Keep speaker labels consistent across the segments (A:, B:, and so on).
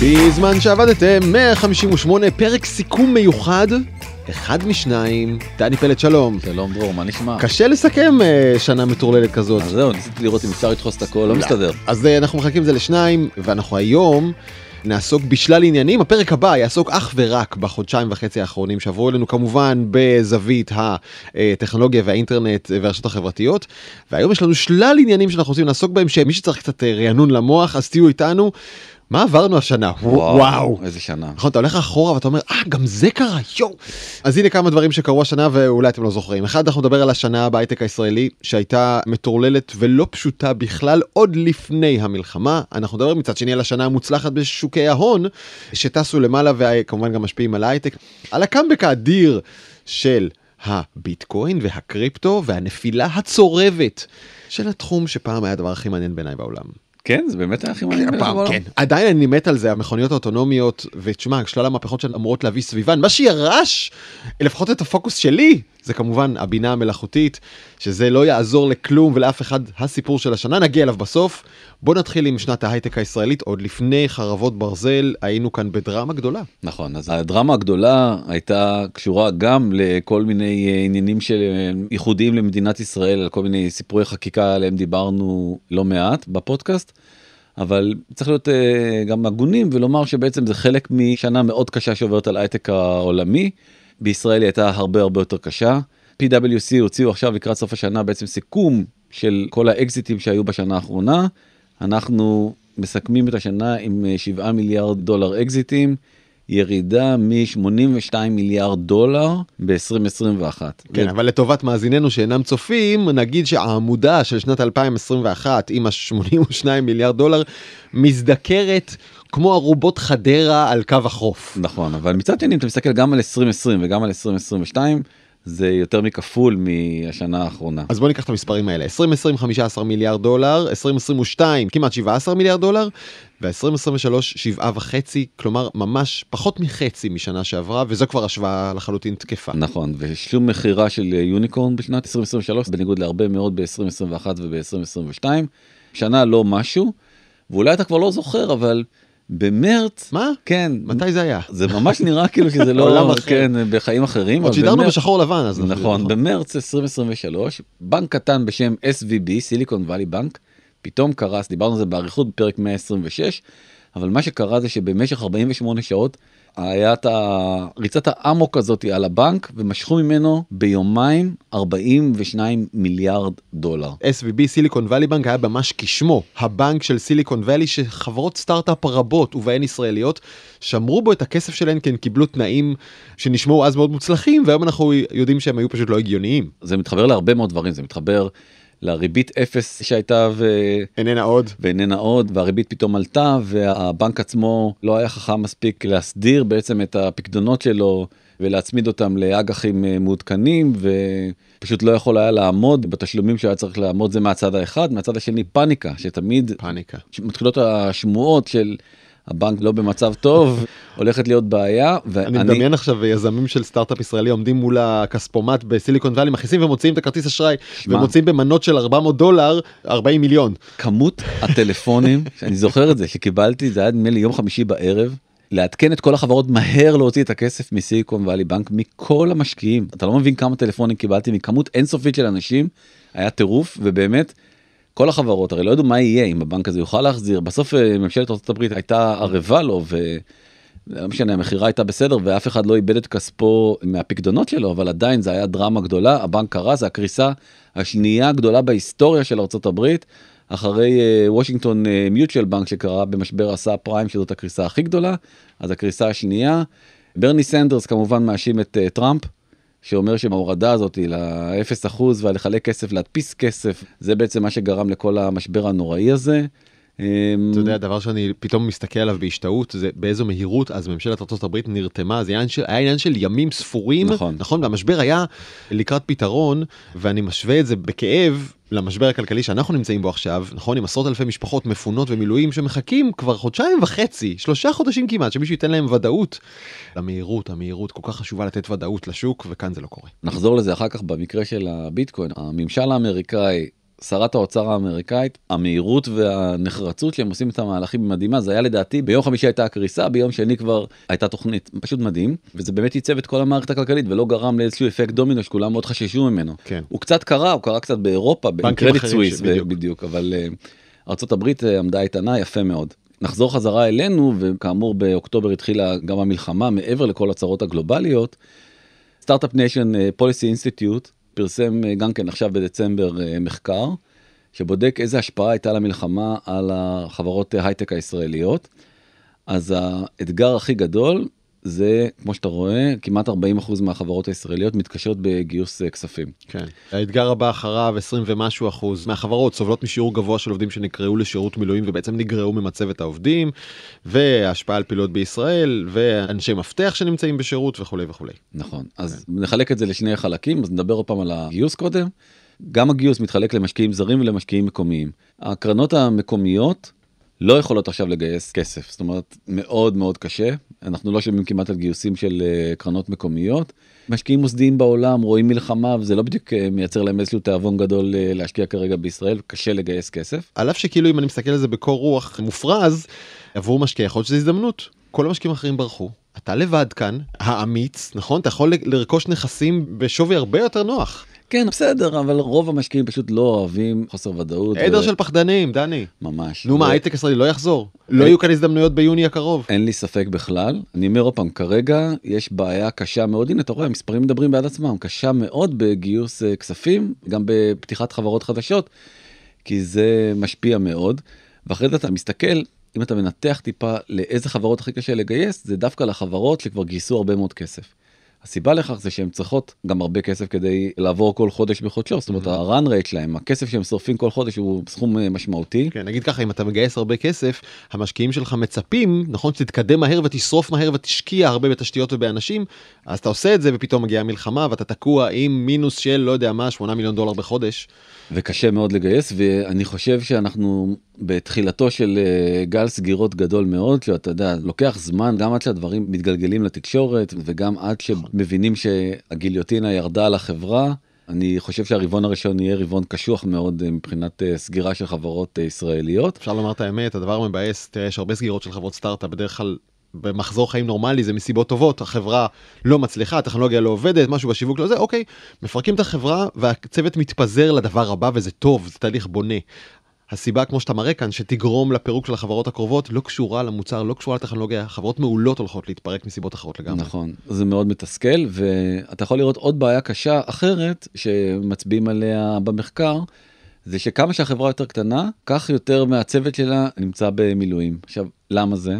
A: בזמן שעבדתם 158 פרק סיכום מיוחד, אחד משניים. דני פלד, שלום.
B: שלום דרור, מה נשמע?
A: קשה לסכם שנה מטורללת כזאת.
B: אז זהו, ניסיתי לראות אם אפשר לדחוס את הכל, לא מסתדר.
A: אז אנחנו מחלקים את זה לשניים, ואנחנו היום נעסוק בשלל עניינים. הפרק הבא יעסוק אך ורק בחודשיים וחצי האחרונים שעברו אלינו, כמובן בזווית הטכנולוגיה והאינטרנט והרשתות החברתיות, והיום יש לנו שלל עניינים שאנחנו רוצים לעסוק בהם, שמי שצריך קצת רענון למוח, אז תהיו איתנו. מה עברנו השנה? וואו.
B: איזה שנה.
A: נכון, אתה הולך אחורה ואתה אומר, גם זה קרה, יו. אז הנה כמה דברים שקרו השנה ואולי אתם לא זוכרים. אחד, אנחנו נדבר על השנה בהייטק הישראלי, שהייתה מטורללת ולא פשוטה בכלל עוד לפני המלחמה. אנחנו נדבר מצד שני על השנה המוצלחת בשוקי ההון, שטסו למעלה וכמובן גם משפיעים על ההייטק. על הקאמבק האדיר של הביטקוין והקריפטו והנפילה הצורבת של התחום שפעם היה הדבר הכי מעניין בעיניי בעולם.
B: כן, זה באמת היה הכי מעניין.
A: כן. עדיין אני מת על זה, המכוניות האוטונומיות, ותשמע, שלל המהפכות שאמורות להביא סביבן, מה שירש, לפחות את הפוקוס שלי, זה כמובן הבינה המלאכותית, שזה לא יעזור לכלום ולאף אחד. הסיפור של השנה, נגיע אליו בסוף. בוא נתחיל עם שנת ההייטק הישראלית. עוד לפני חרבות ברזל, היינו כאן בדרמה גדולה.
B: נכון, אז הדרמה הגדולה הייתה קשורה גם לכל מיני עניינים של ייחודיים למדינת ישראל, על כל מיני סיפורי חקיקה עליהם דיברנו לא מעט בפודקאסט, אבל צריך להיות גם הגונים ולומר שבעצם זה חלק משנה מאוד קשה שעוברת על ההייטק העולמי. בישראל היא הייתה הרבה יותר קשה. PwC הוציאו עכשיו לקראת סוף השנה בעצם סיכום של כל האקזיטים שהיו בשנה האחרונה. אנחנו מסכמים את השנה עם $7 מיליארד אקזיטים, ירידה מ-$82 מיליארד ב-2021.
A: כן, אבל לטובת מאזיננו שאינם צופים, נגיד שהעמודה של שנת 2021 עם $82 מיליארד מזדקרת כמו ארובות חדרה על קו החוף.
B: נכון, אבל מצד שני, אם אתה מסתכל גם על 2020 וגם על 2022, זה יותר מכפול מהשנה האחרונה.
A: אז בוא ניקח את המספרים האלה. 2020 $15 מיליארד, 2022 כמעט $17 מיליארד, ו-2023 7.5, כלומר ממש פחות מחצי משנה שעברה, וזו כבר השוואה לחלוטין תקפה.
B: נכון, ושום מחירה של יוניקורן בשנת 2023, בניגוד להרבה מאוד ב-2021 וב-2022, שנה לא משהו, ואולי אתה כבר לא זוכר, אבל במרץ...
A: מה?
B: כן.
A: מתי זה היה?
B: זה ממש נראה כאילו שזה לא...
A: עולם אחר.
B: כן, בחיים אחרים.
A: עוד שידרנו בשחור לבן, אז...
B: נכון, במרץ 2023, בנק קטן בשם SVB, סיליקון ואלי בנק, פתאום קרס, דיברנו על זה בעריכות בפרק 126, אבל מה שקרה זה שבמשך 48 שעות, היה את ריצת האמוק הזאת על הבנק, ומשכו ממנו ביומיים $42 מיליארד.
A: SVB, סיליקון ואלי בנק, היה ממש כשמו, הבנק של סיליקון ואלי, שחברות סטארט-אפ רבות ובהן ישראליות, שמרו בו את הכסף שלהן, כי הן קיבלו תנאים שנשמעו אז מאוד מוצלחים, והיום אנחנו יודעים שהם היו פשוט לא הגיוניים.
B: זה מתחבר להרבה מאוד דברים, זה מתחבר לריבית אפס שהייתה ואיננה עוד, והריבית פתאום עלתה, והבנק עצמו לא היה חכם מספיק להסדיר בעצם את הפקדונות שלו, ולהצמיד אותם לאג"חים מעודכנים, ופשוט לא יכול היה לעמוד בתשלומים שהיה צריך לעמוד. זה מהצד האחד. מהצד השני פאניקה, שתמיד מתחילות השמועות של הבנק לא במצב טוב, הולכת להיות בעיה.
A: אני מדמיין עכשיו יזמים של סטארט-אפ ישראלי עומדים מול הכספומט בסיליקון ואלי, מכניסים ומוציאים את הכרטיס אשראי, ומוציאים במנות של $400 40 מיליון.
B: כמות הטלפונים, אני זוכר את זה, שקיבלתי, זה היה נדמה לי יום חמישי בערב, לעדכן את כל החברות מהר להוציא את הכסף מסיליקון ואלי בנק, מכל המשקיעים. אתה לא מבין כמה טלפונים קיבלתי, מכמות אינסופית של אנשים, היה טירוף, ובאמת, כל החברות, הרי לא ידעו מה יהיה אם הבנק הזה יוכל להחזיר. בסוף ממשלת ארצות הברית הייתה ערבה לו, ולא משנה, המחירה הייתה בסדר, ואף אחד לא איבד את כספו מהפקדונות שלו, אבל עדיין זה היה דרמה גדולה. הבנק קרס, זה הקריסה השנייה הגדולה בהיסטוריה של ארצות הברית, אחרי וושינגטון מיוטשל בנק שקרה במשבר הסאב פריים, שזאת הקריסה הכי גדולה. אז הקריסה השנייה, ברני סנדרס כמובן מאשים את טראמפ, שאומר שההורדה הזאת ל-0% ולחלק כסף, להדפיס כסף, זה בעצם מה שגרם לכל המשבר הנוראי הזה.
A: אתה יודע, הדבר שאני פתאום מסתכל עליו בהשתאות, זה באיזו מהירות אז ממשלת ארצות הברית נרתמה, זה היה עניין של ימים ספורים, נכון, והמשבר היה לקראת פתרון, ואני משווה את זה בכאב למשבר הכלכלי שאנחנו נמצאים בו עכשיו, נכון, עם עשרות אלפי משפחות מפונות ומילואים שמחכים כבר חודשיים וחצי, 3 חודשים כמעט, שמישהו ייתן להם ודאות. המהירות כל כך חשובה לתת ודאות לשוק, וכאן זה לא קורה.
B: נחזור לזה אחר כך במקרה של הביטקוין. הממשל האמריקאי שרת האוצר האמריקאית, המהירות והנחרצות שהם עושים את המהלכים מדהימה, זה היה לדעתי, ביום חמישי הייתה הקריסה, ביום שני כבר הייתה תוכנית, פשוט מדהים, וזה באמת ייצב את כל המערכת הכלכלית, ולא גרם לאיזשהו אפקט דומינו שכולם מאוד חששו ממנו.
A: כן.
B: הוא קצת קרה, הוא קרה קצת באירופה, בקרדיט סוויס, בדיוק, אבל ארצות הברית עמדה איתנה יפה מאוד. נחזור חזרה אלינו, וכאמור באוקטובר התחילה גם המלחמה, מעבר לכל הצרות הגלובליות, סטארט-אפ ניישן פוליסי אינסטיטוט, פרסם גם כן עכשיו בדצמבר מחקר, שבודק איזה השפעה הייתה למלחמה על החברות הייטק הישראליות. אז האתגר הכי גדול זה, כמו שאתה רואה, כמעט 40% מהחברות הישראליות מתקשרות בגיוס כספים.
A: כן. האתגר הבא אחריו, 20 ומשהו אחוז מהחברות סובלות משיעור גבוה של עובדים שנקראו לשירות מילואים ובעצם נגרעו ממצבת העובדים, והשפעה על פעילות בישראל, ואנשי מפתח שנמצאים בשירות וכו' וכו'.
B: נכון. אז נחלק את זה לשני חלקים, אז נדבר עוד פעם על הגיוס קודם. גם הגיוס מתחלק למשקיעים זרים ולמשקיעים מקומיים. הקרנות המקומיות לא יכולות עכשיו לגייס כסף, זאת אומרת, מאוד מאוד קשה. אנחנו לא שומעים כמעט על גיוסים של קרנות מקומיות. משקיעים מוסדיים בעולם רואים מלחמה, וזה לא בדיוק מייצר להם איזשהו תיאבון גדול להשקיע כרגע בישראל, קשה לגייס כסף.
A: על אף שכאילו אם אני מסתכל על זה בקור רוח מופרז, עבור משקיע יכול להיות שזו הזדמנות. כל המשקיעים האחרים ברחו. אתה לבד כאן, האמיץ, נכון? אתה יכול לרכוש נכסים בשווי הרבה יותר נוח.
B: כן, בסדר, אבל רוב המשקיעים פשוט לא אוהבים חוסר ודאות.
A: עדר של פחדנים, דני.
B: ממש.
A: נו מה, הייטק ישראלי לא יחזור? לא יהיו כאן הזדמנויות ביוני הקרוב.
B: אין לי ספק בכלל. אני אומר עוד פעם, כרגע יש בעיה קשה מאוד. הנה, אתה רואה, המספרים מדברים בעד עצמם. קשה מאוד בגיוס כספים, גם בפתיחת חברות חדשות, כי זה משפיע מאוד. ואחרי זה אתה מסתכל, אם אתה מנתח טיפה לאיזה חברות הכי קשה לגייס, זה דווקא לחברות שכבר גייסו הרבה מאוד כסף. הסיבה לכך זה שהן צריכות גם הרבה כסף כדי לעבור כל חודש בחודשו, זאת אומרת, הרן רייט שלהם, הכסף שהם שורפים כל חודש הוא סכום משמעותי.
A: כן, נגיד ככה, אם אתה מגייס הרבה כסף, המשקיעים שלך מצפים, נכון, שתתקדם מהר ותשרוף מהר ותשקיע הרבה בתשתיות ובאנשים, אז אתה עושה את זה ופתאום מגיעה מלחמה ואתה תקוע עם מינוס של, לא יודע מה, $8 מיליון בחודש.
B: וקשה מאוד לגייס, ואני חושב שאנחנו בתחילתו של גל סגירות גדול מאוד, שאתה יודע, לוקח זמן גם עד שהדברים מתגלגלים לתקשורת, וגם עד שמבינים שהגיליוטינה ירדה על החברה. אני חושב שהרבעון הראשון יהיה רבעון קשוח מאוד מבחינת סגירה של חברות ישראליות.
A: אפשר לומר את האמת, הדבר מבאס, תראה, יש הרבה סגירות של חברות סטארט-אפ, בדרך כלל במחזור חיים נורמלי, זה מסיבות טובות, החברה לא מצליחה, הטכנולוגיה לא עובדת, משהו בשיווק לא זה, אוקיי, מפרקים את החברה והצוות מתפזר לדבר הבא וזה טוב, זה תהליך בונה. הסיבה, כמו שאתה מראה כאן, שתגרום לפירוק של החברות הקרובות, לא קשורה למוצר, לא קשורה לטכנולוגיה, חברות מעולות הולכות להתפרק מסיבות אחרות לגמרי.
B: נכון, זה מאוד מתסכל, ואתה יכול לראות עוד בעיה קשה אחרת, שמצביעים עליה במחקר, זה שכמה שהחברה יותר קטנה, כך יותר מהצוות שלה נמצא במילואים. עכשיו, למה זה?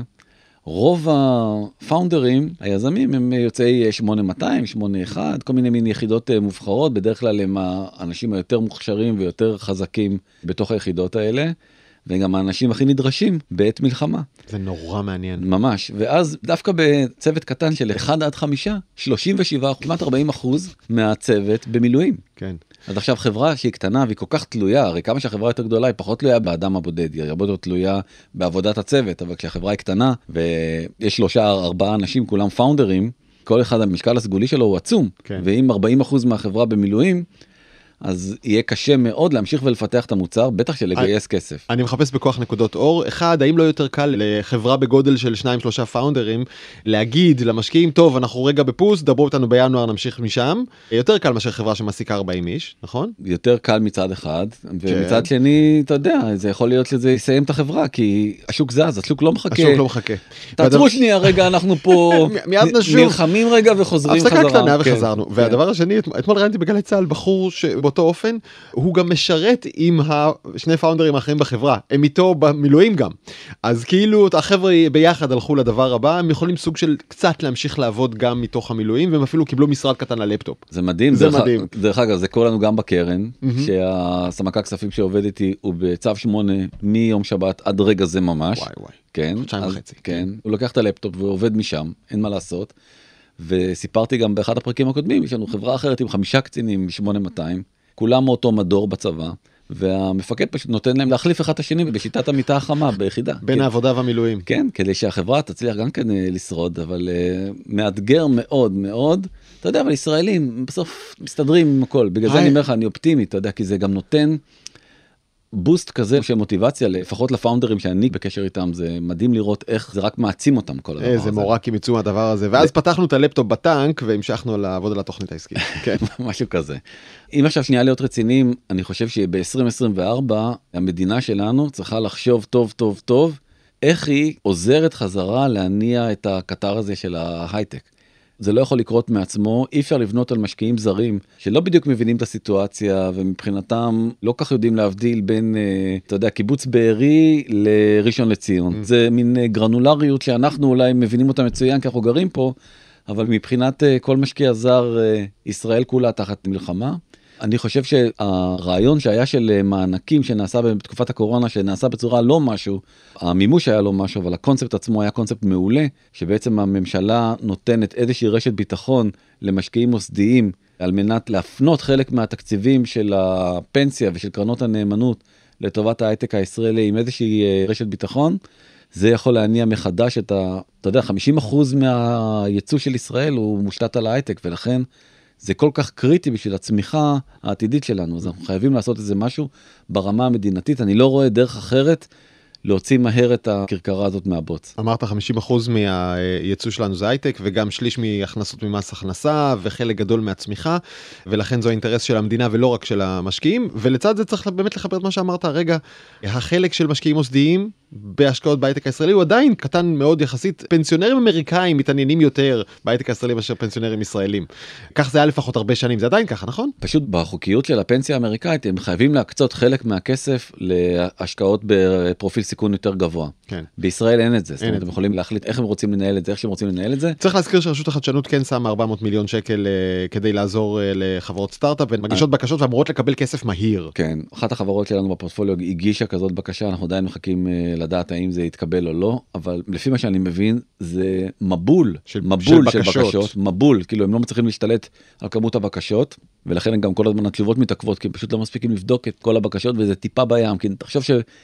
B: רוב הפאונדרים, היזמים, הם יוצאי 8200, 81, כל מיני מין יחידות מובחרות, בדרך כלל הם האנשים היותר מוכשרים ויותר חזקים בתוך היחידות האלה, וגם האנשים הכי נדרשים בעת מלחמה.
A: זה נורא מעניין.
B: ממש, ואז דווקא בצוות קטן של 1 עד 5, 37, כמעט 40% מהצוות במילואים. כן. אז עכשיו חברה שהיא קטנה והיא כל כך תלויה, הרי כמה שהחברה יותר גדולה היא פחות תלויה באדם הבודד, היא הרבה יותר תלויה בעבודת הצוות, אבל כשהחברה היא קטנה ויש 3-4 אנשים כולם פאונדרים, כל אחד המשקל הסגולי שלו הוא עצום, כן. ואם 40% מהחברה במילואים, אז יהיה קשה מאוד להמשיך ולפתח את המוצר, בטח שלגייס כסף.
A: אני מחפש בכוח נקודות אור. אחד, האם לא יותר קל לחברה בגודל של 2-3 פאונדרים, להגיד למשקיעים, טוב, אנחנו רגע בפוס, דברו איתנו בינואר, נמשיך משם. יותר קל מאשר חברה שמעסיקה 40 איש, נכון?
B: יותר קל מצד אחד, ומצד שני, אתה יודע, זה יכול להיות שזה יסיים את החברה, כי השוק זז, השוק לא מחכה.
A: השוק לא מחכה.
B: תעצרו שנייה רגע, אנחנו פה נלחמים רגע וחוזרים חזרה.
A: הפסקה קטנה וחזרנו. והדבר השני, אתמול ראיתי בגלי צה"ל בחור באותו אופן, הוא גם משרת עם השני פאונדרים האחרים בחברה, הם איתו במילואים גם. אז כאילו החבר'ה ביחד הלכו לדבר הבא, הם יכולים סוג של קצת להמשיך לעבוד גם מתוך המילואים, והם אפילו קיבלו משרד קטן ללפטופ.
B: זה מדהים, דרך אגב, זה קורה לנו גם בקרן, שהסמנכ"ל כספים שעובד איתי הוא בצו 8 מיום שבת עד רגע זה ממש.
A: וואי.
B: כן.
A: 2.5.
B: כן. הוא לוקח את הלפטופ ועובד משם, אין מה לעשות. וסיפרתי גם באחד הפרקים הקודמים, יש לנו חברה אחרת עם 5 קצינים מ-8200, כולם מאותו מדור בצבא, והמפקד פשוט נותן להם להחליף אחד את השני בשיטת המיטה החמה ביחידה.
A: בין העבודה והמילואים.
B: כן, כדי שהחברה תצליח גם כן לשרוד, אבל מאתגר מאוד מאוד. אתה יודע, אבל ישראלים בסוף מסתדרים עם הכל. בגלל זה אני אומר לך, אני אופטימי, אתה יודע, כי זה גם נותן בוסט כזה של מוטיבציה, לפחות לפאונדרים שאני בקשר איתם, זה מדהים לראות איך זה רק מעצים אותם כל הדבר הזה.
A: זה מורק עם ייצום הדבר הזה, ואז פתחנו את הלפטופ בטנק והמשכנו לעבוד על התוכנית העסקית. כן.
B: משהו כזה. אם עכשיו שנייה להיות רציניים, אני חושב שב-2024 המדינה שלנו צריכה לחשוב טוב טוב טוב, איך היא עוזרת חזרה להניע את הקטר הזה של ההייטק. זה לא יכול לקרות מעצמו, אי אפשר לבנות על משקיעים זרים שלא בדיוק מבינים את הסיטואציה ומבחינתם לא כך יודעים להבדיל בין, אתה יודע, קיבוץ בארי לראשון לציון. זה מין גרנולריות שאנחנו אולי מבינים אותה מצוין כי אנחנו גרים פה, אבל מבחינת כל משקיע זר, ישראל כולה תחת מלחמה. אני חושב שהרעיון שהיה של מענקים שנעשה בתקופת הקורונה, שנעשה בצורה לא משהו, המימוש היה לא משהו, אבל הקונספט עצמו היה קונספט מעולה, שבעצם הממשלה נותנת איזושהי רשת ביטחון למשקיעים מוסדיים, על מנת להפנות חלק מהתקציבים של הפנסיה ושל קרנות הנאמנות, לטובת ההייטק הישראלי עם איזושהי רשת ביטחון. זה יכול להניע מחדש את אתה יודע, 50% מהייצוא של ישראל הוא מושתת על ההייטק, ולכן זה כל כך קריטי בשביל הצמיחה העתידית שלנו, אז אנחנו חייבים לעשות איזה משהו ברמה המדינתית, אני לא רואה דרך אחרת להוציא מהר את הכרכרה הזאת מהבוץ.
A: אמרת 50% מהייצוא שלנו זה הייטק, וגם שליש מהכנסות ממס הכנסה, וחלק גדול מהצמיחה, ולכן זו האינטרס של המדינה ולא רק של המשקיעים, ולצד זה צריך באמת לחבר את מה שאמרת הרגע, החלק של משקיעים מוסדיים, בהשקעות בהייטק הישראלי הוא עדיין קטן מאוד יחסית. פנסיונרים אמריקאים מתעניינים יותר בהייטק הישראלי מאשר פנסיונרים ישראלים. כך זה היה לפחות הרבה שנים, זה עדיין ככה, נכון?
B: פשוט בחוקיות של הפנסיה האמריקאית הם חייבים להקצות חלק מהכסף להשקעות בפרופיל סיכון יותר גבוה.
A: כן.
B: בישראל אין את זה, זאת אומרת, הם יכולים להחליט איך הם רוצים לנהל את זה, איך שהם רוצים לנהל את זה.
A: צריך להזכיר שרשות החדשנות כן שמה 400 מיליון שקל כדי לעזור לחברות סטארט-אפ, והן מגישות בקשות ואמורות לקבל כסף מהיר.
B: כן, אחת החברות שלנו בפורטפוליו הגישה כזאת בקשה, אנחנו עדיין מחכים לדעת האם זה יתקבל או לא, אבל לפי מה שאני מבין, זה מבול של בקשות, מבול, כאילו הם לא מצליחים להשתלט על כמות הבקשות, ולכן גם כל הזמן התשובות מתעכבות, כי הם פשוט לא מספיקים לבדוק את כל הבקשות, וזה טיפה בים, כי תחשוב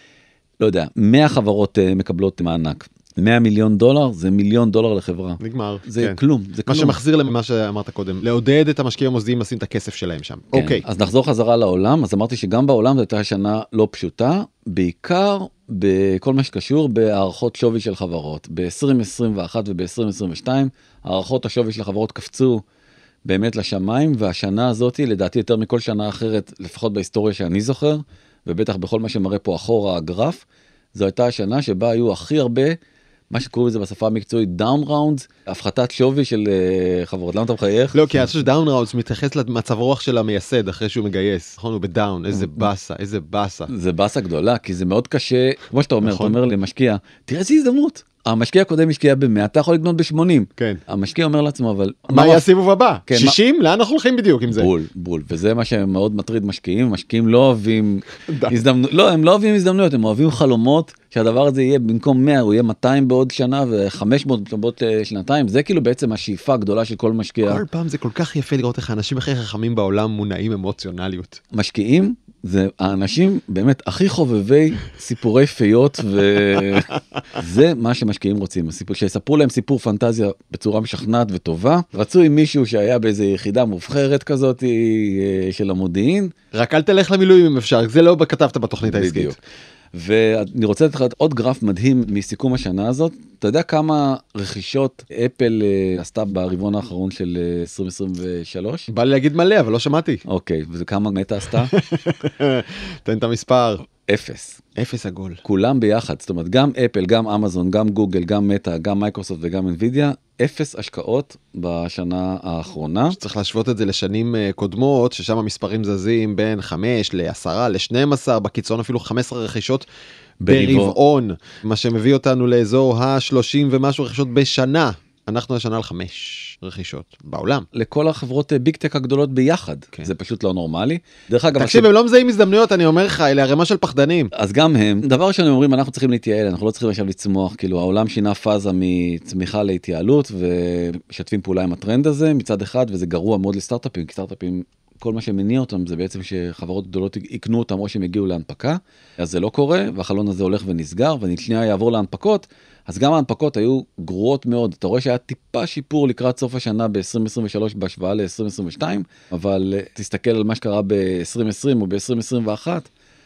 B: לא יודע, 100 חברות מקבלות מענק. $100 מיליון, זה $1 מיליון לחברה.
A: נגמר.
B: זה
A: כן.
B: כלום, זה
A: מה
B: כלום.
A: שמחזיר למה שאמרת קודם, לעודד את המשקיעים המוסדיים לשים את הכסף שלהם שם.
B: כן.
A: אוקיי.
B: אז נחזור חזרה לעולם, אז אמרתי שגם בעולם זו הייתה שנה לא פשוטה, בעיקר בכל מה שקשור בהערכות שווי של חברות. ב-2021 וב-2022, הערכות השווי של החברות קפצו באמת לשמיים, והשנה הזאת, לדעתי יותר מכל שנה אחרת, לפחות בהיסטוריה שאני זוכר, ובטח בכל מה שמראה פה אחורה הגרף, זו הייתה השנה שבה היו הכי הרבה, מה שקוראים לזה בשפה המקצועית, דאון ראונדס, הפחתת שווי של חברות. למה אתה מחייך?
A: לא, כי אני חושב שדאון ראונדס מתייחס למצב רוח של המייסד אחרי שהוא מגייס. נכון, הוא בדאון, איזה בסה, איזה בסה.
B: זה בסה גדולה, כי זה מאוד קשה, כמו שאתה אומר, אתה אומר למשקיע, תראה איזה הזדמנות. המשקיע הקודם משקיע ב-100, אתה יכול לקנות ב-80.
A: כן.
B: המשקיע אומר לעצמו, אבל...
A: מה יהיה הסיבוב הבא? 60? לאן אנחנו הולכים בדיוק עם זה?
B: בול. וזה מה שמאוד מטריד משקיעים. משקיעים לא אוהבים הזדמנויות. לא, הם לא אוהבים הזדמנויות, הם אוהבים חלומות שהדבר הזה יהיה במקום 100, הוא יהיה 200 בעוד שנה ו500 בעוד שנתיים. זה כאילו בעצם השאיפה הגדולה של כל משקיע.
A: כל פעם זה כל כך יפה לראות איך האנשים הכי חכמים בעולם מונעים אמוציונליות.
B: משקיעים זה האנשים באמת הכי חובבי סיפורי פיות, וזה מה שמשקיעים רוצים, שיספרו להם סיפור פנטזיה בצורה משכנעת וטובה. רצו עם מישהו שהיה באיזו יחידה מובחרת כזאת של המודיעין.
A: רק אל תלך למילואים אם אפשר, זה לא כתבת בתוכנית העסקית.
B: ואני רוצה לתת לך עוד גרף מדהים מסיכום השנה הזאת. אתה יודע כמה רכישות אפל עשתה ברבעון האחרון של 2023?
A: בא לי להגיד מלא, אבל לא שמעתי.
B: אוקיי, וכמה מטה עשתה?
A: תן את המספר.
B: 0.
A: 0 עגול.
B: כולם ביחד, זאת אומרת, גם אפל, גם אמזון, גם גוגל, גם מטה, גם מייקרוסופט וגם אינווידיה, 0 השקעות בשנה האחרונה.
A: צריך להשוות את זה לשנים קודמות, ששם המספרים זזים בין 5 ל-10 ל-12, בקיצון אפילו 15 רכישות ברבעון, מה שמביא אותנו לאזור ה-30 ומשהו רכישות בשנה. אנחנו השנה על 5 רכישות בעולם.
B: לכל החברות ביג טק הגדולות ביחד. כן. זה פשוט לא נורמלי. דרך אגב,
A: תקשיב, הם לא מזהים הזדמנויות, אני אומר לך, אלה הרמה של פחדנים.
B: אז גם הם, דבר שאני אומרים, אנחנו צריכים להתייעל, אנחנו לא צריכים עכשיו לצמוח, כאילו העולם שינה פאזה מצמיחה להתייעלות, ומשתפים פעולה עם הטרנד הזה מצד אחד, וזה גרוע מאוד לסטארט-אפים, כי סטארט-אפים, כל מה שמניע אותם זה בעצם שחברות גדולות יקנו אותם או שהם יגיעו להנפקה, אז זה לא קורה, והחלון הזה הולך ונסגר, ונשנייה יעבור להנפקות, אז גם ההנפקות היו גרועות מאוד. אתה רואה שהיה טיפה שיפור לקראת סוף השנה ב-2023 בהשוואה ל-2022, אבל תסתכל על מה שקרה ב-2020 או ב-2021,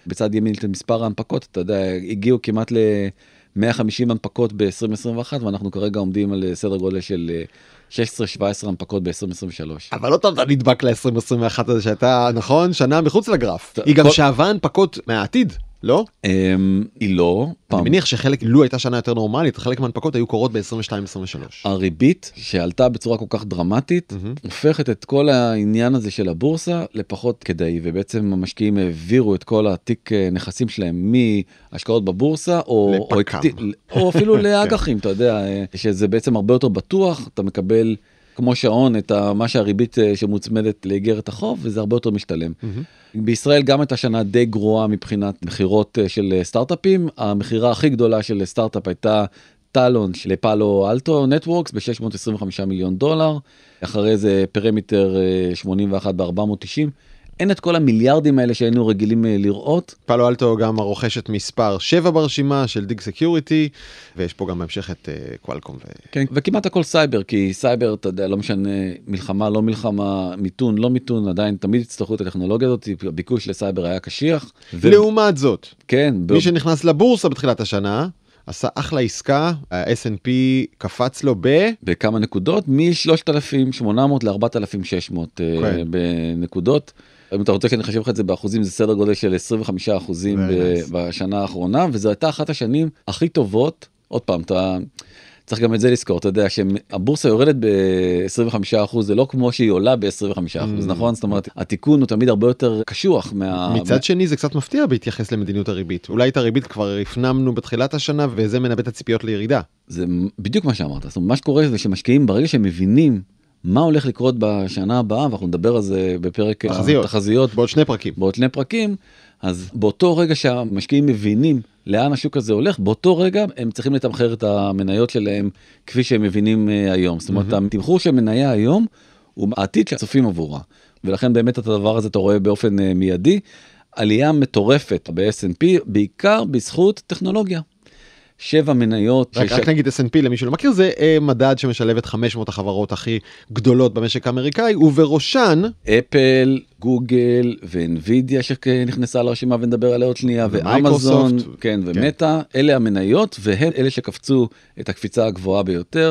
B: בצד ימין את מספר ההנפקות, אתה יודע, הגיעו כמעט ל-150 הנפקות ב-2021, ואנחנו כרגע עומדים על סדר גודל של 16-17 הנפקות ב-2023.
A: אבל לא אתה נדבק ל-2021 הזה שהייתה, נכון, שנה מחוץ לגרף. היא גם שאבה הנפקות מהעתיד, לא?
B: היא לא.
A: אני מניח שחלק, לו הייתה שנה יותר נורמלית, חלק מהנפקות היו קורות ב-22-23.
B: הריבית שעלתה בצורה כל כך דרמטית, הופכת את כל העניין הזה של הבורסה לפחות כדאי, ובעצם המשקיעים העבירו את כל התיק נכסים שלהם מהשקעות בבורסה, או אפילו לאג"חים, אתה יודע, שזה בעצם הרבה יותר בטוח, אתה מקבל כמו שעון את מה שהריבית שמוצמדת לאגרת החוב, וזה הרבה יותר משתלם. בישראל גם הייתה שנה די גרועה מבחינת מחירות של סטארט-אפים, המחירה הכי גדולה של סטארט-אפ הייתה טלון של פאלו אלטו נטוורקס ב-$625 מיליון, אחרי זה פרמיטר 81 ב-490, אין את כל המיליארדים האלה שהיינו רגילים לראות.
A: פאלו אלטו גם הרוכשת מספר 7 ברשימה של דיג סקיוריטי, ויש פה גם בהמשך את קואלקום.
B: כן, וכמעט הכל סייבר, כי סייבר, אתה יודע, לא משנה, מלחמה, לא מלחמה, מיתון, לא מיתון, עדיין תמיד הצטרכו את הטכנולוגיה הזאת, הביקוש לסייבר היה קשיח.
A: לעומת זאת,
B: כן,
A: מי שנכנס לבורסה בתחילת השנה, עשה אחלה עסקה, ה-S&P קפץ לו
B: בכמה נקודות, מ-3,800 ל-4,600 בנקודות. אם אתה רוצה שאני חושב לך את זה באחוזים, זה סדר גודל של 25% בשנה האחרונה, וזו הייתה אחת השנים הכי טובות. עוד פעם, אתה צריך גם את זה לזכור, אתה יודע שהבורסה יורדת ב-25%, זה לא כמו שהיא עולה ב-25%, נכון? זאת אומרת, התיקון הוא תמיד הרבה יותר קשוח.
A: מצד שני, זה קצת מפתיע בהתייחס למדיניות הריבית. אולי את הריבית כבר הפנמנו בתחילת השנה, וזה מנבא את הציפיות לירידה.
B: זה בדיוק מה שאמרת. זאת אומרת, מה שקורה זה שמשקיעים ברגע שהם מבינים מה הולך לקרות בשנה הבאה, ואנחנו נדבר על זה בפרק תחזיות. בעוד שני פרקים, אז באותו רגע שהמשקיעים מבינים לאן השוק הזה הולך, באותו רגע הם צריכים לתמחר את המניות שלהם כפי שהם מבינים היום. זאת אומרת, התמחור של מניה היום הוא העתיד שהצופים עבורה. ולכן באמת את הדבר הזה אתה רואה באופן מיידי, עלייה מטורפת ב-S&P, בעיקר בזכות טכנולוגיה. 7 מניות.
A: רק נגיד S&P למי שלא מכיר, זה מדד שמשלב את 500 החברות הכי גדולות במשק האמריקאי, ובראשן
B: אפל, גוגל ואנווידיה שנכנסה לרשימה ונדבר עליה עוד שנייה, ואמזון, כן, ומטה, אלה המניות, והן אלה שקפצו את הקפיצה הגבוהה ביותר,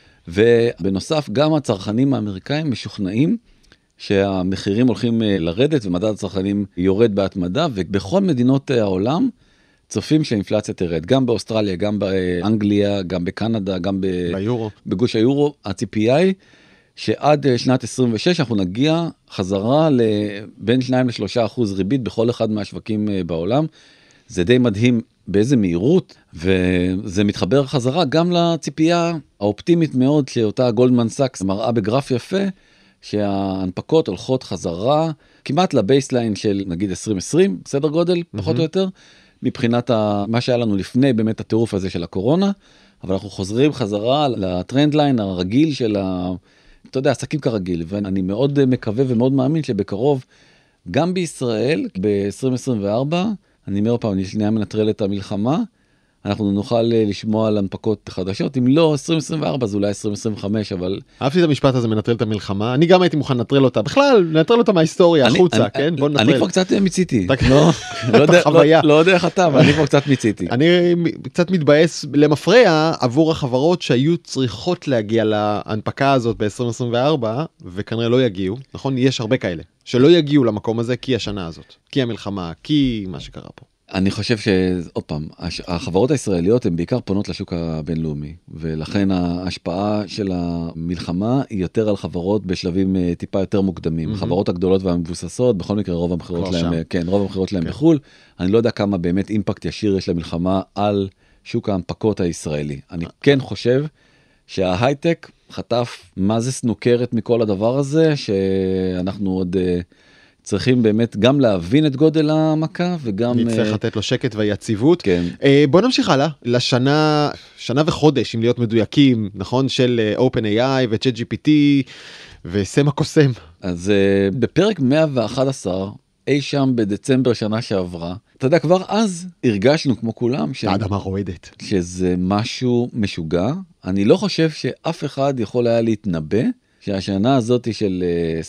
B: ובנוסף גם הצרכנים האמריקאים משוכנעים שהמחירים הולכים לרדת, ומדד הצרכנים יורד בהתמדה, ובכל מדינות העולם, צופים שהאינפלציה תרד, גם באוסטרליה, גם באנגליה, גם בקנדה, גם בגוש היורו. הציפייה היא שעד שנת 26 אנחנו נגיע חזרה לבין 2-3% ריבית בכל אחד מהשווקים בעולם. זה די מדהים באיזה מהירות, וזה מתחבר חזרה גם לציפייה האופטימית מאוד שאותה גולדמן סאקס מראה בגרף יפה, שההנפקות הולכות חזרה כמעט לבייסליין של נגיד 2020, סדר גודל, פחות או יותר, מבחינת מה שהיה לנו לפני באמת הטירוף הזה של הקורונה, אבל אנחנו חוזרים חזרה לטרנד ליין הרגיל של אתה יודע, עסקים כרגיל, ואני מאוד מקווה ומאוד מאמין שבקרוב, גם בישראל, ב-2024, אני אומר פעם, שנייה מנטרל את המלחמה, אנחנו נוכל לשמוע על הנפקות חדשות, אם לא 2024, אז אולי 2025, אבל...
A: אהבתי את המשפט הזה, מנטרל את המלחמה, אני גם הייתי מוכן לנטרל אותה, בכלל, לנטרל אותה מההיסטוריה, החוצה, כן? בוא ננטרל.
B: אני כבר קצת מיציתי, לא יודע איך אתה, אבל אני כבר קצת מיציתי.
A: אני קצת מתבאס למפרע עבור החברות שהיו צריכות להגיע להנפקה הזאת ב-2024, וכנראה לא יגיעו, נכון? יש הרבה כאלה, שלא יגיעו למקום הזה כי השנה הזאת, כי המלחמה, כי מה שקרה פה.
B: אני חושב שעוד פעם, החברות הישראליות הן בעיקר פונות לשוק הבינלאומי, ולכן ההשפעה של המלחמה היא יותר על חברות בשלבים טיפה יותר מוקדמים. החברות הגדולות והמבוססות, בכל מקרה רוב המחירות להם, כן, רוב המחירות להם בחול. אני לא יודע כמה באמת אימפקט ישיר יש למלחמה על שוק ההנפקות הישראלי. אני כן חושב שההייטק חטף מה זה סנוקרת מכל הדבר הזה, שאנחנו עוד... צריכים באמת גם להבין את גודל המכה וגם...
A: נצטרך לתת לו שקט ויציבות.
B: כן.
A: בוא נמשיך הלאה, שנה וחודש, אם להיות מדויקים, נכון? של OpenAI ו-ChatGPT וסמה קוסם.
B: אז בפרק 111, אי שם בדצמבר שנה שעברה, אתה יודע, כבר אז הרגשנו כמו כולם,
A: האדמה רועדת.
B: שזה משהו משוגע. אני לא חושב שאף אחד יכול היה להתנבא שהשנה הזאת של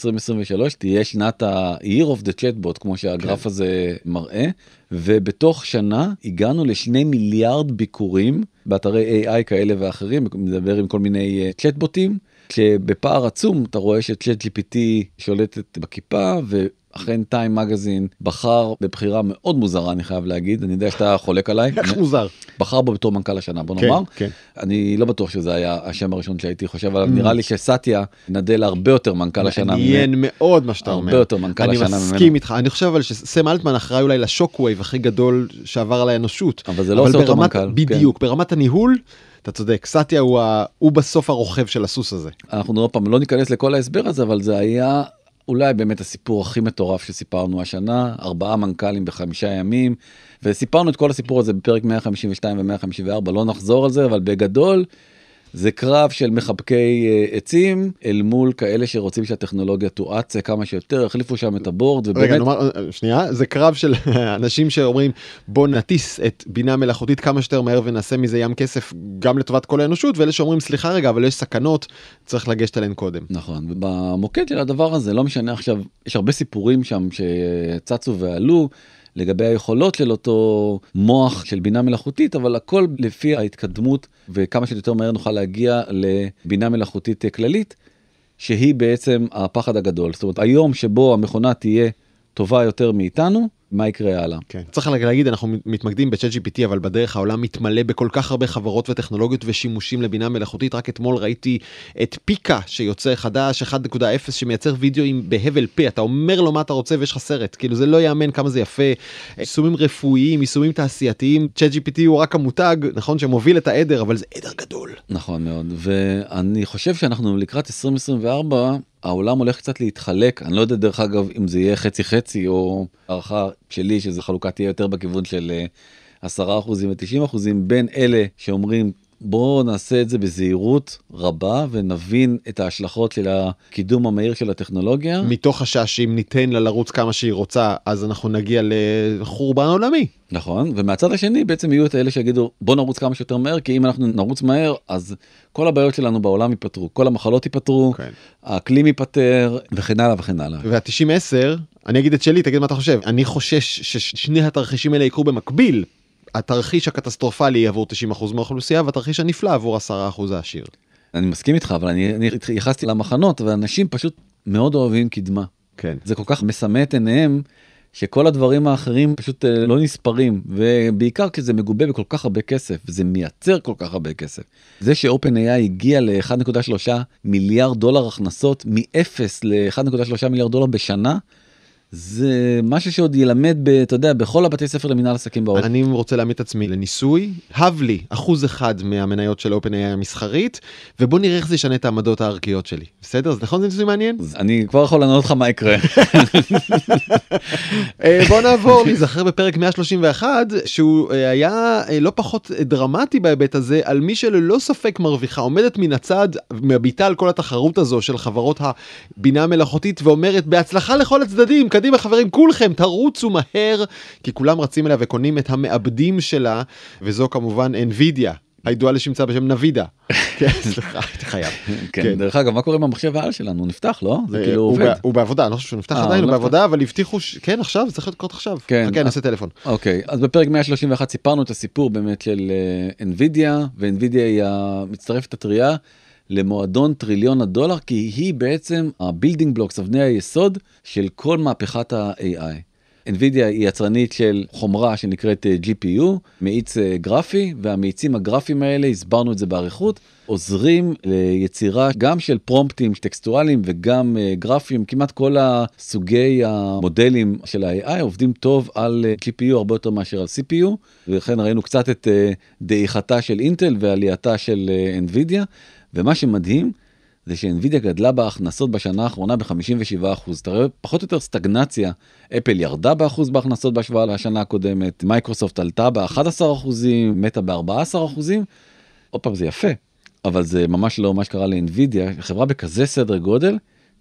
B: 2023 תהיה שנת ה-Year of the Chatbot, כמו שהגרף הזה מראה, ובתוך שנה הגענו ל2 מיליארד ביקורים באתרי AI כאלה ואחרים, מדבר עם כל מיני צ'טבוטים, כשבפער עצום אתה רואה ש-ChatGPT שולטת בכיפה, אכן טיים מגזין בחר בבחירה מאוד מוזרה, אני חייב להגיד, אני יודע שאתה חולק עליי.
A: איך מוזר?
B: בחר בו בתור מנכ"ל השנה, בוא נאמר.
A: כן.
B: אני לא בטוח שזה היה השם הראשון שהייתי חושב עליו, נראה לי שסטיה נדל הרבה יותר מנכ"ל השנה.
A: מעניין מאוד מה שאתה אומר.
B: הרבה יותר מנכ"ל השנה ממנו.
A: אני מסכים איתך, אני חושב אבל שסם אלטמן אחראי אולי לשוקווייב הכי גדול שעבר על האנושות.
B: אבל זה לא עושה אותו מנכ"ל.
A: בדיוק, ברמת הניהול, אתה צודק, סטיה הוא בסוף הרוכב של הסוס הזה.
B: אנחנו עוד פעם לא ניכנס לכל ההסבר הזה, אבל זה היה אולי באמת הסיפור הכי מטורף שסיפרנו השנה, 4 מנכ"לים ב5 ימים, וסיפרנו את כל הסיפור הזה בפרק 152 ו-154, לא נחזור על זה, אבל בגדול, זה קרב של מחבקי עצים, אל מול כאלה שרוצים שהטכנולוגיה תואץ כמה שיותר, החליפו שם את הבורד, ובאמת...
A: רגע, נאמר, שנייה, זה קרב של אנשים שאומרים, בוא נטיס את בינה מלאכותית כמה שיותר מהר ונעשה מזה ים כסף גם לטובת כל האנושות, ואלה שאומרים, סליחה רגע, אבל יש סכנות, צריך לגשת עליהן קודם.
B: נכון, ובמוקד של הדבר הזה, לא משנה עכשיו, יש הרבה סיפורים שם שצצו ועלו, לגבי היכולות של אותו מוח של בינה מלאכותית, אבל הכל לפי ההתקדמות, וכמה שיותר מהר נוכל להגיע לבינה מלאכותית כללית, שהיא בעצם הפחד הגדול. זאת אומרת, היום שבו המכונה תהיה טובה יותר מאיתנו, מה יקרה הלאה?
A: כן. צריך להגיד, אנחנו מתמקדים ב-ChatGPT, אבל בדרך העולם מתמלא בכל כך הרבה חברות וטכנולוגיות ושימושים לבינה מלאכותית. רק אתמול ראיתי את פיקה שיוצא חדש 1.0 שמייצר וידאו בהבל פה. אתה אומר לו מה אתה רוצה ויש לך סרט. כאילו זה לא יאמן כמה זה יפה. יישומים רפואיים, יישומים תעשייתיים. ChatGPT הוא רק המותג, נכון, שמוביל את העדר, אבל זה עדר גדול.
B: נכון מאוד. ואני חושב שאנחנו לקראת 2024, העולם הולך קצת להתחלק, אני לא יודע דרך אגב אם זה יהיה חצי חצי או הערכה שלי שזו חלוקה תהיה יותר בכיוון של 10% ו-90% בין אלה שאומרים בואו נעשה את זה בזהירות רבה ונבין את ההשלכות של הקידום המהיר של הטכנולוגיה.
A: מתוך חשש שאם ניתן לה לרוץ כמה שהיא רוצה אז אנחנו נגיע לחורבן עולמי.
B: נכון, ומהצד השני בעצם יהיו את האלה שיגידו בוא נרוץ כמה שיותר מהר, כי אם אנחנו נרוץ מהר אז כל הבעיות שלנו בעולם ייפתרו, כל המחלות ייפתרו, האקלים ייפטר וכן הלאה וכן הלאה.
A: וה-90-10, אני אגיד את שלי, תגיד מה אתה חושב. אני חושש ששני התרחישים האלה יקרו במקביל. התרחיש הקטסטרופלי עבור 90% מהאוכלוסייה, והתרחיש הנפלא עבור 10% העשיר.
B: אני מסכים איתך, אבל אני יחסתי למחנות, ואנשים פשוט מאוד אוהבים קדמה.
A: כן.
B: זה כל כך מסמא את עיניהם, שכל הדברים האחרים פשוט לא נספרים, ובעיקר כי זה מגובה בכל כך הרבה כסף, וזה מייצר כל כך הרבה כסף. זה ש-OpenAI הגיע ל-1.3 מיליארד דולר הכנסות, מ-0 ל-1.3 מיליארד דולר בשנה, זה משהו שעוד ילמד, אתה יודע, בכל הבתי ספר למנהל עסקים בעולם.
A: אני רוצה להעמיד את עצמי לניסוי, הב לי 1% מהמניות של OpenAI המסחרית, ובוא נראה איך זה ישנה את העמדות הערכיות שלי. בסדר? אז נכון זה ניסוי מעניין?
B: אני כבר יכול לענות לך מה יקרה.
A: בוא נעבור, נזכר בפרק 131, שהוא היה לא פחות דרמטי בהיבט הזה, על מי שללא ספק מרוויחה, עומדת מן הצד, מביטה על כל התחרות הזו של חברות הבינה המלאכותית, ואומרת בהצלחה לכל הצדדים, קדימה חברים, כולכם תרוצו מהר, כי כולם רצים אליה וקונים את המעבדים שלה, וזו כמובן NVIDIA, הידועה לשמצה בשם נבידה. כן, סליחה, הייתי חייב.
B: כן, דרך אגב, מה קורה עם המחשב העל שלנו? הוא נפתח, לא? זה כאילו עובד.
A: הוא בעבודה, אני לא חושב שהוא נפתח עדיין, הוא בעבודה, אבל הבטיחו, כן, עכשיו, זה צריך לקרות עכשיו. חכה, נעשה טלפון.
B: אוקיי, אז בפרק 131 סיפרנו את הסיפור באמת של NVIDIA, ו-NVIDIA היא המצטרפת הטריה, למועדון $1,000,000,000, כי היא בעצם ה-building blocks, אבני היסוד של כל מהפכת ה-AI. NVIDIA היא יצרנית של חומרה שנקראת GPU, מאיץ גרפי, והמאיצים הגרפיים האלה, הסברנו את זה בעריכות, עוזרים ליצירה גם של פרומפטים טקסטואליים וגם גרפיים, כמעט כל הסוגי המודלים של ה-AI עובדים טוב על GPU הרבה יותר מאשר על CPU, ולכן ראינו קצת את דעיכתה של אינטל ועלייתה של NVIDIA, ומה שמדהים זה ש-NVIDIA גדלה בהכנסות בשנה האחרונה ב-57%. אתה רואה פחות או יותר סטגנציה, אפל ירדה באחוז בהכנסות בהשוואה לשנה הקודמת, מייקרוסופט עלתה ב-11%, מטה ב-14%, עוד פעם זה יפה, אבל זה ממש לא מה שקרה ל-NVIDIA, חברה בכזה סדר גודל,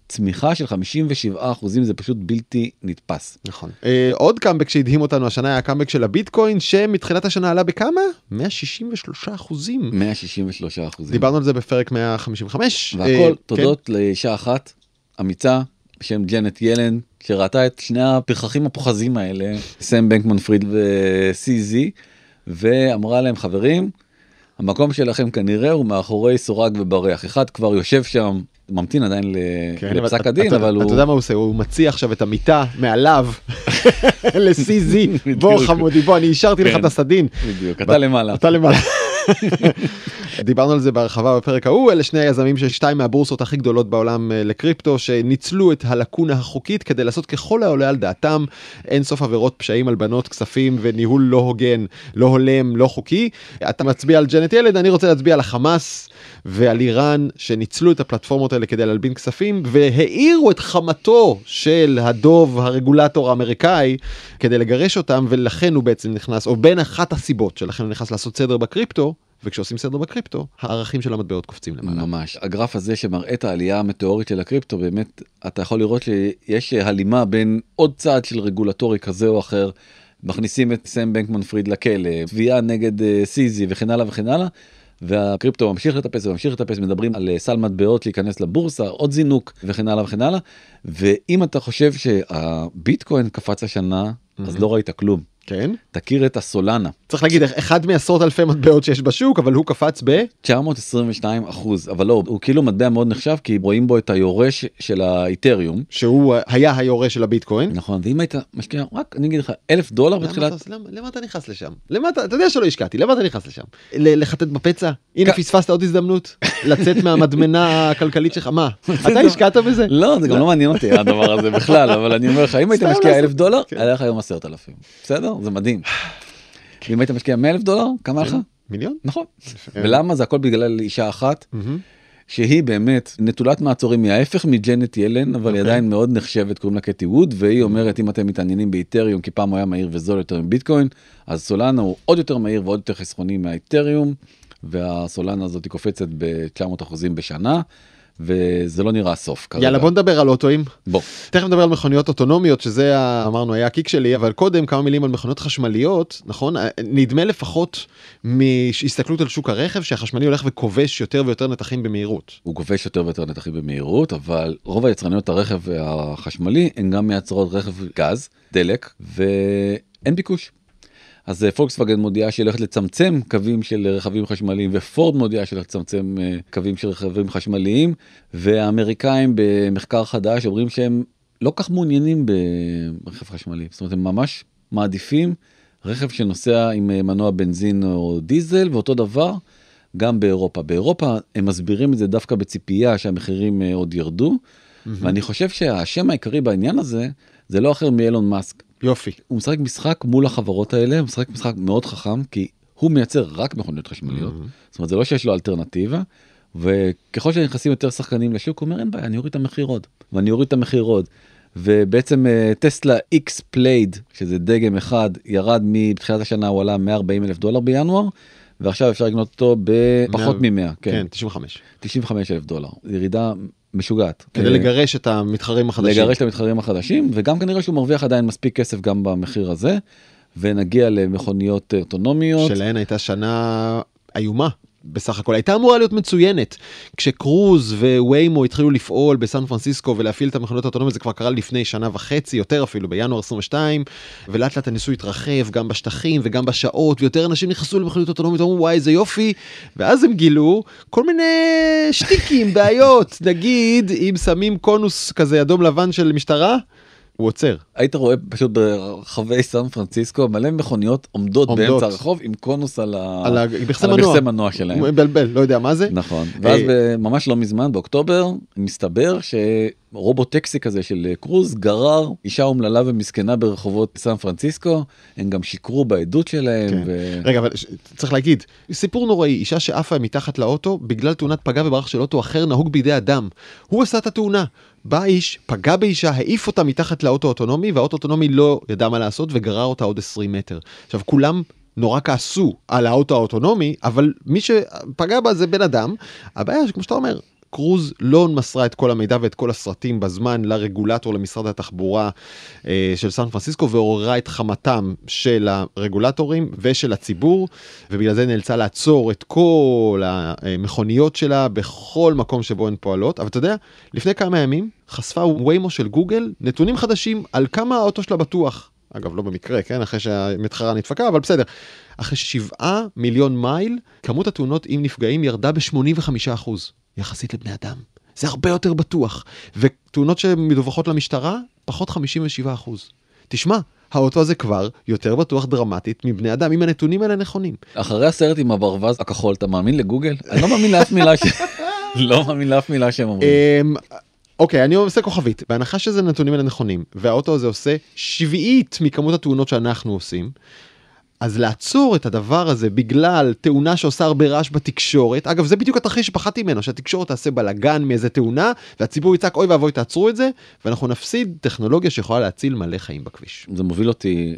B: צמיחה של 57% זה פשוט בלתי נתפס.
A: נכון. עוד קאמבק שהדהים אותנו השנה היה הקאמבק של הביטקוין, שמתחילת השנה עלה בכמה? 163%.
B: 163%.
A: דיברנו על זה בפרק 155.
B: והכל תודות לאישה אחת, אמיצה, בשם ג'נט ילן, שראתה את שני הפרחחים הפוחזים האלה, סם בנקמן פריד ו-CZ, ואמרה להם, חברים, המקום שלכם כנראה הוא מאחורי סורג ובריח. אחד כבר יושב שם, ממתין עדיין לפסק הדין, אבל הוא...
A: אתה יודע מה הוא עושה? הוא מציע עכשיו את המיטה מעליו ל-CZ. בוא חמודי, בוא, אני אישרתי לך את הסדין.
B: בדיוק, אתה למעלה.
A: אתה למעלה. דיברנו על זה בהרחבה בפרק ההוא, אלה שני היזמים של שתיים מהבורסות הכי גדולות בעולם לקריפטו, שניצלו את הלקונה החוקית כדי לעשות ככל העולה על דעתם, אין סוף עבירות פשעים, הלבנות כספים וניהול לא הוגן, לא הולם, לא חוקי. אתה מצביע על ג'נט ילד, אני רוצה להצביע על החמאס ועל איראן, שניצלו את הפלטפורמות האלה כדי להלבין כספים, והעירו את חמתו של הדוב הרגולטור האמריקאי, כדי לגרש אותם, ולכן הוא בעצם נכנס, או בין אחת הסיבות שלכן הוא נכנס לעשות סדר בקריפטו, וכשעושים סדר בקריפטו, הערכים של המטבעות קופצים למעלה.
B: ממש. הגרף הזה שמראה את העלייה המטאורית של הקריפטו, באמת, אתה יכול לראות שיש הלימה בין עוד צעד של רגולטורי כזה או אחר, מכניסים את סם בנקמן פריד לכלא, תביעה נגד CZ וכן הלאה וכן הלאה, והקריפטו ממשיך לטפס וממשיך לטפס, מדברים על סל מטבעות להיכנס לבורסה, עוד זינוק וכן הלאה וכן הלאה, ואם אתה חושב שהביטקוין קפץ השנה, אז לא ראית כלום.
A: כן.
B: תכיר את הסולנה.
A: צריך להגיד, אחד מעשרות אלפי מטבעות שיש בשוק, אבל הוא קפץ ב...
B: 922%, אבל לא, הוא כאילו מטבע מאוד נחשב, כי רואים בו את היורש של האיתריום.
A: שהוא היה היורש של הביטקוין.
B: נכון, ואם היית משקיע, רק אני אגיד לך, $1,000 בתחילת...
A: למה אתה נכנס לשם? אתה יודע שלא השקעתי, למה אתה נכנס לשם? לחטט בפצע? הנה פספסת עוד הזדמנות, לצאת מהמדמנה הכלכלית שלך, מה? אתה השקעת בזה?
B: לא, זה גם לא מעניין אותי הדבר הזה בכלל, אבל אני אומר לך, אם היית משקיע $1,000, היה לך היום 10,000. בסדר? זה מדהים. אם היית משקיע $100,000, כמה לך?
A: מיליון?
B: נכון. ולמה? זה הכל בגלל אישה אחת, שהיא באמת נטולת מעצורים, היא ההפך מג'נט ילן, אבל היא עדיין מאוד נחשבת, קוראים לה קטי ווד, והיא אומרת, אם אתם מתעניינים באיתריום, כי פעם הוא היה מהיר וזול יותר מביטקוין, אז סולנה הוא עוד יותר מהיר ועוד יותר חסכוני מהאיתריום, והסולנה הזאת היא קופצת ב-900% בשנה, וזה לא נראה סוף.
A: יאללה, בוא נדבר על אוטואים.
B: בוא.
A: תכף נדבר על מכוניות אוטונומיות, שזה, אמרנו, היה הקיק שלי, אבל קודם כמה מילים על מכוניות חשמליות, נכון? נדמה לפחות מהסתכלות על שוק הרכב, שהחשמלי הולך וכובש יותר ויותר נתחים במהירות.
B: הוא כובש יותר ויותר נתחים במהירות, אבל רוב היצרניות הרכב החשמלי, הן גם מייצרות רכב גז, דלק, ואין ביקוש. אז פולקסווגן מודיעה שהיא הולכת לצמצם קווים של רכבים חשמליים, ופורד מודיעה שהיא הולכת לצמצם קווים של רכבים חשמליים, והאמריקאים במחקר חדש אומרים שהם לא כך מעוניינים ברכב חשמלי. זאת אומרת, הם ממש מעדיפים רכב שנוסע עם מנוע בנזין או דיזל, ואותו דבר גם באירופה. באירופה הם מסבירים את זה דווקא בציפייה שהמחירים עוד ירדו, ואני חושב שהשם העיקרי בעניין הזה, זה לא אחר מאילון מאסק.
A: יופי.
B: הוא משחק משחק מול החברות האלה, הוא משחק משחק מאוד חכם, כי הוא מייצר רק מכוניות חשמליות, זאת אומרת, זה לא שיש לו אלטרנטיבה, וככל שנכנסים יותר שחקנים לשוק, הוא אומר, אין בעיה, אני אוריד את המחיר עוד, ואני אוריד את המחיר עוד, ובעצם טסלה X פלייד, שזה דגם אחד, ירד בתחילת השנה, הוא עלה $140,000 בינואר, ועכשיו אפשר לקנות אותו בפחות מ-100.
A: כן,
B: $95,000. ירידה משוגעת.
A: כדי לגרש את המתחרים החדשים.
B: לגרש את המתחרים החדשים, וגם כנראה שהוא מרוויח עדיין מספיק כסף גם במחיר הזה, ונגיע למכוניות אוטונומיות.
A: שלהן הייתה שנה איומה. בסך הכל הייתה אמורה להיות מצוינת. כשקרוז וויימו התחילו לפעול בסן פרנסיסקו ולהפעיל את המכוניות האוטונומיות, זה כבר קרה לפני שנה וחצי, יותר אפילו, בינואר 22, ולאט לאט הניסוי התרחב גם בשטחים וגם בשעות, ויותר אנשים נכנסו למכוניות אוטונומיות, אמרו וואי איזה יופי, ואז הם גילו כל מיני שטיקים, בעיות, נגיד אם שמים קונוס כזה אדום לבן של משטרה, הוא עוצר.
B: היית רואה פשוט ברחבי סן פרנסיסקו מלא מכוניות עומדות באמצע הרחוב עם קונוס על המכסה מנוע שלהם.
A: הוא מבלבל, לא יודע מה זה.
B: נכון. ואז ממש לא מזמן, באוקטובר, מסתבר שרובוטקסי כזה של קרוז גרר אישה אומללה ומסכנה ברחובות סן פרנסיסקו, הם גם שיקרו בעדות שלהם.
A: רגע, אבל צריך להגיד, סיפור נוראי, אישה שעפה מתחת לאוטו, בגלל תאונת פגע וברח של אוטו אחר נהוג בידי אדם. הוא עשה את התאונה. בא איש, פגע באישה, העיף אותה מתחת לאוטו אוטונומי, והאוטו אוטונומי לא ידע מה לעשות וגרר אותה עוד 20 מטר. עכשיו, כולם נורא כעסו על האוטו האוטונומי, אבל מי שפגע בה זה בן אדם. הבעיה שכמו שאתה אומר, קרוז לא מסרה את כל המידע ואת כל הסרטים בזמן לרגולטור, למשרד התחבורה של סן פרנסיסקו, ועוררה את חמתם של הרגולטורים ושל הציבור, ובגלל זה נאלצה לעצור את כל המכוניות שלה בכל מקום שבו הן פועלות. אבל אתה יודע, לפני כמה ימים חשפה ויימו של גוגל נתונים חדשים על כמה האוטו שלה בטוח. אגב, לא במקרה, כן? אחרי שהמתחרה נדפקה, אבל בסדר. אחרי 7 מיליון מייל, כמות התאונות עם נפגעים ירדה ב-85%, יחסית לבני אדם. זה הרבה יותר בטוח. ותאונות שמדווחות למשטרה, פחות 57%. תשמע, האוטו הזה כבר יותר בטוח דרמטית מבני אדם, אם הנתונים האלה נכונים.
B: אחרי הסרט עם הברווז הכחול, אתה מאמין לגוגל? אני לא מאמין לאף מילה לא מאמין לאף מילה שהם אומרים.
A: אוקיי, אני עושה כוכבית. בהנחה שזה נתונים האלה נכונים, והאוטו הזה עושה 1/7 מכמות התאונות שאנחנו עושים, אז לעצור את הדבר הזה בגלל תאונה שעושה הרבה רעש בתקשורת, אגב, זה בדיוק התרחיש שפחדתי ממנו, שהתקשורת תעשה בלגן מאיזה תאונה, והציבור יצעק, אוי ואבוי, תעצרו את זה, ואנחנו נפסיד טכנולוגיה שיכולה להציל מלא חיים בכביש.
B: זה מוביל אותי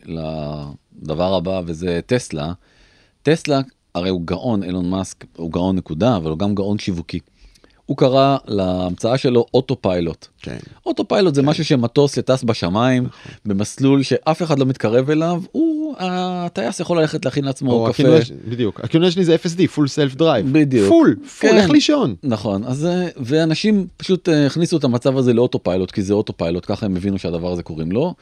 B: לדבר הבא, וזה טסלה. טסלה, הרי הוא גאון, אילון מאסק, הוא גאון נקודה, אבל הוא גם גאון שיווקי. הוא קרא להמצאה שלו אוטופיילוט.
A: כן.
B: אוטופיילוט זה משהו שמטוס שטס בשמיים, במסלול שאף אחד לא מתקרב אליו, הטייס יכול ללכת להכין לעצמו קפה.
A: בדיוק, הכינוי שלי זה FSD, Full Self Drive.
B: בדיוק.
A: פול, איך לישון.
B: נכון, אז, ואנשים פשוט הכניסו את המצב הזה לאוטופיילוט, כי זה אוטופיילוט, ככה הם הבינו שהדבר הזה קוראים לו,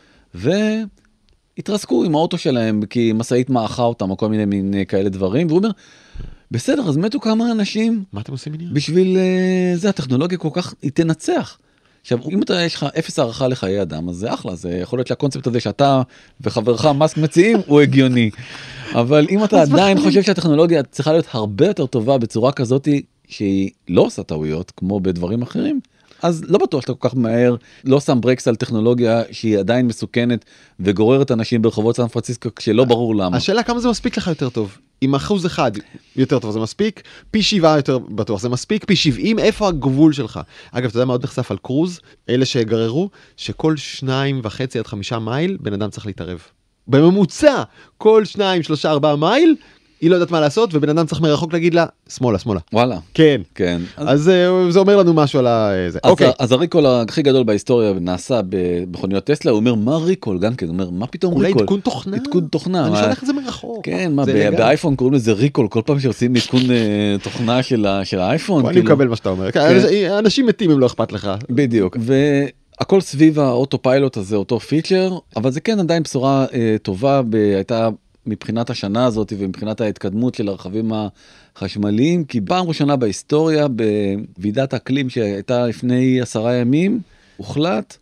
B: והתרסקו עם האוטו שלהם, כי מסעית מעכה אותם, או כל מיני כאלה דברים, והוא אומר, בסדר, אז מתו כמה אנשים.
A: מה אתם עושים עניין?
B: בשביל זה, הטכנולוגיה כל כך, היא תנצח. עכשיו, אם יש לך 0 הערכה לחיי אדם, אז זה אחלה, זה יכול להיות שהקונספט הזה שאתה וחברך מאסק מציעים, הוא הגיוני. אבל אם אתה עדיין חושב שהטכנולוגיה צריכה להיות הרבה יותר טובה בצורה כזאת, שהיא לא עושה טעויות, כמו בדברים אחרים, אז לא בטוח שאתה כל כך מהר, לא שם ברקס על טכנולוגיה שהיא עדיין מסוכנת, וגוררת אנשים ברחובות סן פרנסיסקו, כשלא ברור למה.
A: השאלה כמה זה מספיק לך יותר טוב. עם 1% יותר טוב זה מספיק, פי 7 יותר בטוח זה מספיק, פי 70, איפה הגבול שלך? אגב, אתה יודע מה עוד נחשף על קרוז? אלה שגררו, שכל 2.5 עד 5 מייל, בן אדם צריך להתערב. בממוצע, כל 2, 3, 4 מייל, היא לא יודעת מה לעשות, ובן אדם צריך מרחוק להגיד לה, שמאלה, שמאלה.
B: וואלה.
A: כן.
B: כן.
A: אז זה אומר לנו משהו על זה. אוקיי.
B: אז הריקול הכי גדול בהיסטוריה נעשה במכוניות טסלה, הוא אומר, מה ריקול? גם כן, הוא אומר, מה פתאום ריקול?
A: אולי עדכון תוכנה.
B: עדכון תוכנה.
A: אני שולח את זה מרחוק.
B: כן, מה, באייפון קוראים לזה ריקול, כל פעם שעושים עדכון תוכנה של האייפון.
A: אני מקבל מה שאתה אומר. אנשים מתים אם לא אכפת לך.
B: בדיוק. הכל סביב האוטופיילוט הזה, אותו פיצ'ר, אבל זה כן עדיין בשורה טובה, הייתה מבחינת השנה הזאת ומבחינת ההתקדמות של הרכבים החשמליים, כי פעם ראשונה בהיסטוריה, בוועידת האקלים שהייתה לפני 10 ימים, הוחלט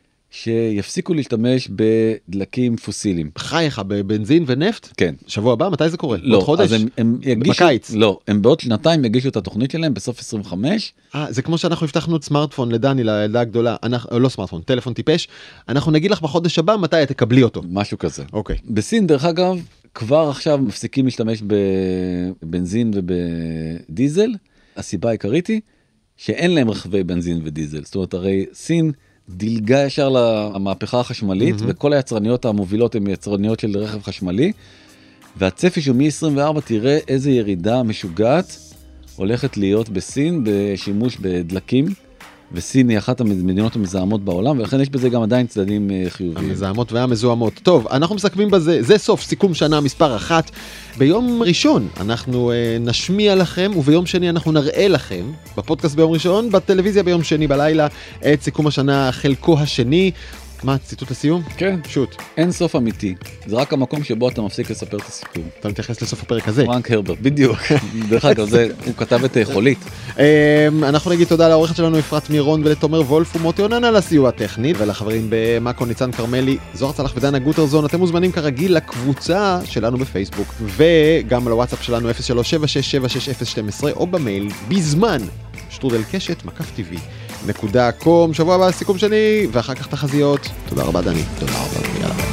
B: שיפסיקו להשתמש בדלקים פוסיליים.
A: חייך, בבנזין ונפט?
B: כן.
A: שבוע הבא, מתי זה קורה?
B: לא,
A: עוד חודש?
B: אז הם יגישו,
A: בקיץ?
B: לא, הם בעוד 2 יגישו את התוכנית שלהם בסוף 25.
A: זה כמו שאנחנו הבטחנו את סמארטפון לדני, לילדה הגדולה, לא סמארטפון, טלפון טיפש, אנחנו נגיד לך בחודש הבא מתי תקבלי אותו.
B: משהו כזה.
A: אוקיי.
B: בסין, דרך אגב, כבר עכשיו מפסיקים להשתמש בבנזין ובדיזל. הסיבה העיקרית היא שאין להם רכבי בנזין ודיזל. זאת אומרת, הרי סין דילגה ישר למהפכה החשמלית, וכל היצרניות המובילות הן יצרניות של רכב חשמלי, והצפי שהוא מ-24 תראה איזה ירידה משוגעת הולכת להיות בסין בשימוש בדלקים, וסין היא אחת המדינות המזהמות בעולם, ולכן יש בזה גם עדיין צדדים חיוביים.
A: המזהמות והמזוהמות. טוב, אנחנו מסכמים בזה, זה סוף סיכום שנה מספר 1. ביום ראשון אנחנו נשמיע לכם, וביום שני אנחנו נראה לכם, בפודקאסט ביום ראשון, בטלוויזיה ביום שני בלילה, את סיכום השנה חלקו השני. מה, ציטוט לסיום?
B: כן.
A: שוט.
B: אין סוף אמיתי. זה רק המקום שבו אתה מפסיק לספר את הסיפור.
A: אתה מתייחס לסוף הפרק הזה.
B: פרנק הרברט, בדיוק. דרך אגב, הוא כתב את חולית.
A: אנחנו נגיד תודה לעורכת שלנו אפרת מירון ולתומר וולף ומוטי אונן על הסיוע הטכני, ולחברים במאקו ניצן קרמלי, זוהר צלח ודנה גוטרזון. אתם מוזמנים כרגיל לקבוצה שלנו בפייסבוק, וגם לוואטסאפ שלנו 0376766012, או במייל בזמן @קשת_tv.com. שבוע הבא סיכום שני, ואחר כך תחזיות. תודה רבה דני.
B: תודה רבה. יאללה.